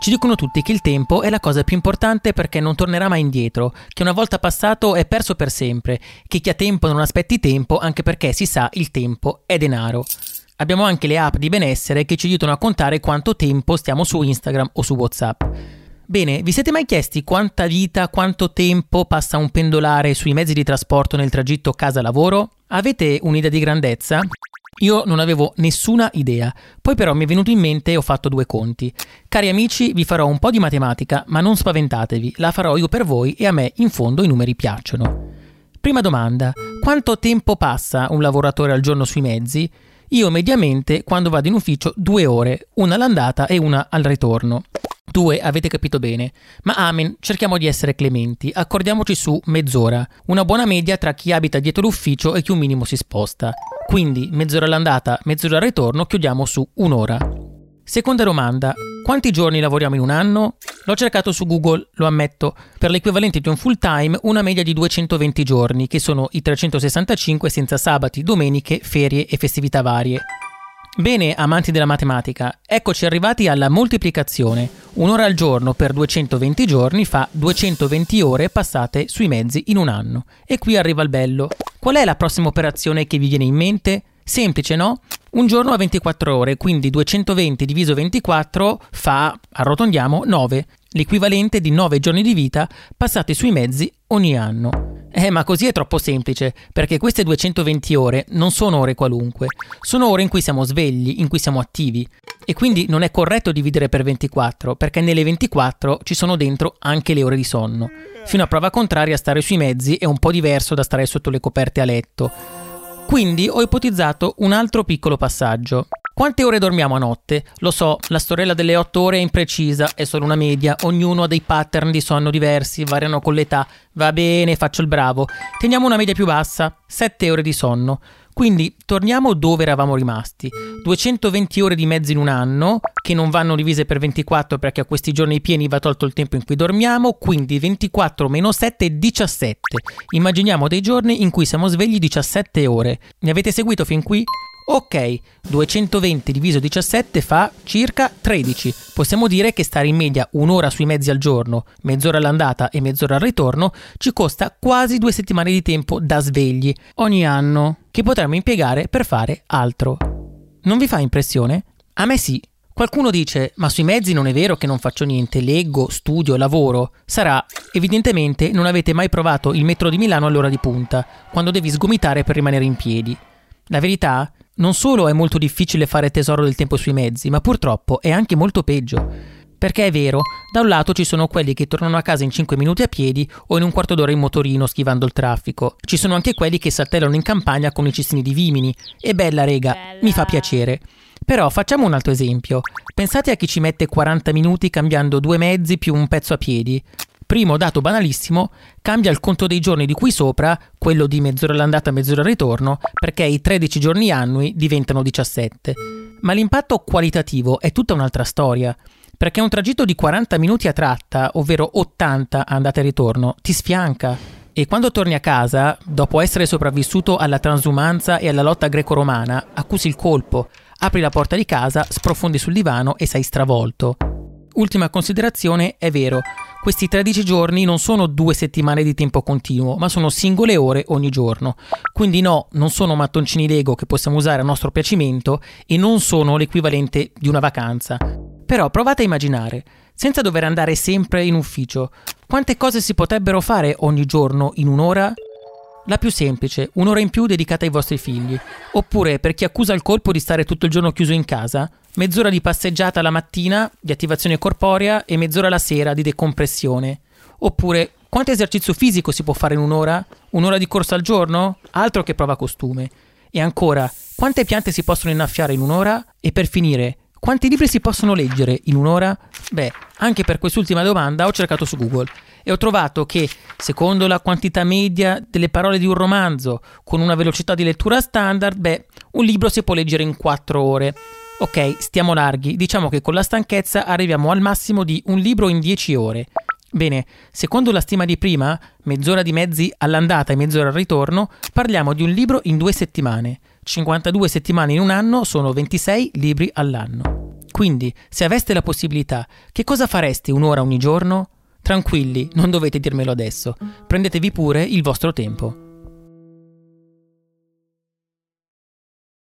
Ci dicono tutti che il tempo è la cosa più importante perché non tornerà mai indietro, che una volta passato è perso per sempre, che chi ha tempo non aspetti tempo anche perché si sa il tempo è denaro. Abbiamo anche le app di benessere che ci aiutano a contare quanto tempo stiamo su Instagram o su WhatsApp. Bene, vi siete mai chiesti quanta vita, quanto tempo passa un pendolare sui mezzi di trasporto nel tragitto casa-lavoro? Avete un'idea di grandezza? Io non avevo nessuna idea, poi però mi è venuto in mente e ho fatto 2 conti. Cari amici, vi farò un po' di matematica, ma non spaventatevi, la farò io per voi e a me in fondo i numeri piacciono. Prima domanda, quanto tempo passa un lavoratore al giorno sui mezzi? Io mediamente quando vado in ufficio 2 ore, una all'andata e una al ritorno. 2, avete capito bene. Ma amen, cerchiamo di essere clementi, accordiamoci su mezz'ora, una buona media tra chi abita dietro l'ufficio e chi un minimo si sposta. Quindi mezz'ora all'andata, mezz'ora al ritorno, chiudiamo su 1 ora. Seconda domanda, quanti giorni lavoriamo in un anno? L'ho cercato su Google, lo ammetto, per l'equivalente di un full time una media di 220 giorni, che sono i 365 senza sabati, domeniche, ferie e festività varie. Bene, amanti della matematica, eccoci arrivati alla moltiplicazione. 1 ora al giorno per 220 giorni fa 220 ore passate sui mezzi in un anno. E qui arriva il bello. Qual è la prossima operazione che vi viene in mente? Semplice, no? Un giorno ha 24 ore, quindi 220 diviso 24 fa, arrotondiamo, 9. L'equivalente di 9 giorni di vita passati sui mezzi ogni anno. Ma così è troppo semplice, perché queste 220 ore non sono ore qualunque, sono ore in cui siamo svegli, in cui siamo attivi. E quindi non è corretto dividere per 24, perché nelle 24 ci sono dentro anche le ore di sonno. Fino a prova contraria, stare sui mezzi è un po' diverso da stare sotto le coperte a letto. Quindi ho ipotizzato un altro piccolo passaggio. Quante ore dormiamo a notte? Lo so, la storiella delle 8 ore è imprecisa, è solo una media, ognuno ha dei pattern di sonno diversi, variano con l'età. Va bene, faccio il bravo. Teniamo una media più bassa, 7 ore di sonno. Quindi torniamo dove eravamo rimasti. 220 ore di mezzo in un anno, che non vanno divise per 24 perché a questi giorni pieni va tolto il tempo in cui dormiamo, quindi 24 meno 7 è 17. Immaginiamo dei giorni in cui siamo svegli 17 ore. Mi avete seguito fin qui? Ok, 220 diviso 17 fa circa 13. Possiamo dire che stare in media 1 ora sui mezzi al giorno, mezz'ora all'andata e mezz'ora al ritorno, ci costa quasi 2 settimane di tempo da svegli ogni anno, che potremmo impiegare per fare altro. Non vi fa impressione? A me sì. Qualcuno dice, ma sui mezzi non è vero che non faccio niente, leggo, studio, lavoro. Sarà, evidentemente non avete mai provato il metro di Milano all'ora di punta, quando devi sgomitare per rimanere in piedi. La verità? Non solo è molto difficile fare tesoro del tempo sui mezzi, ma purtroppo è anche molto peggio. Perché è vero, da un lato ci sono quelli che tornano a casa in 5 minuti a piedi o in un quarto d'ora in motorino schivando il traffico. Ci sono anche quelli che saltellano in campagna con i cestini di vimini. E bella rega, mi fa piacere. Però facciamo un altro esempio. Pensate a chi ci mette 40 minuti cambiando 2 mezzi più un pezzo a piedi. Primo dato banalissimo, cambia il conto dei giorni di qui sopra, quello di mezz'ora all'andata e mezz'ora al ritorno, perché i 13 giorni annui diventano 17. Ma l'impatto qualitativo è tutta un'altra storia, perché un tragitto di 40 minuti a tratta, ovvero 80 andata e ritorno, ti sfianca. E quando torni a casa, dopo essere sopravvissuto alla transumanza e alla lotta greco-romana, accusi il colpo, apri la porta di casa, sprofondi sul divano e sei stravolto. Ultima considerazione, è vero, questi 13 giorni non sono 2 settimane di tempo continuo, ma sono singole ore ogni giorno. Quindi no, non sono mattoncini Lego che possiamo usare a nostro piacimento e non sono l'equivalente di una vacanza. Però provate a immaginare, senza dover andare sempre in ufficio, quante cose si potrebbero fare ogni giorno in un'ora? La più semplice, 1 ora in più dedicata ai vostri figli. Oppure, per chi accusa il colpo di stare tutto il giorno chiuso in casa, mezz'ora di passeggiata la mattina, di attivazione corporea e mezz'ora la sera di decompressione. Oppure, quanto esercizio fisico si può fare in un'ora? 1 ora di corsa al giorno? Altro che prova costume. E ancora, quante piante si possono innaffiare in un'ora? E per finire, quanti libri si possono leggere in un'ora? Beh, anche per quest'ultima domanda ho cercato su Google e ho trovato che, secondo la quantità media delle parole di un romanzo, con una velocità di lettura standard, un libro si può leggere in 4 ore. Ok, stiamo larghi, diciamo che con la stanchezza arriviamo al massimo di un libro in 10 ore. Bene, secondo la stima di prima, mezz'ora di mezzi all'andata e mezz'ora al ritorno, parliamo di un libro in 2 settimane. 52 settimane in un anno sono 26 libri all'anno. Quindi, se aveste la possibilità, che cosa fareste un'ora ogni giorno? Tranquilli, non dovete dirmelo adesso. Prendetevi pure il vostro tempo.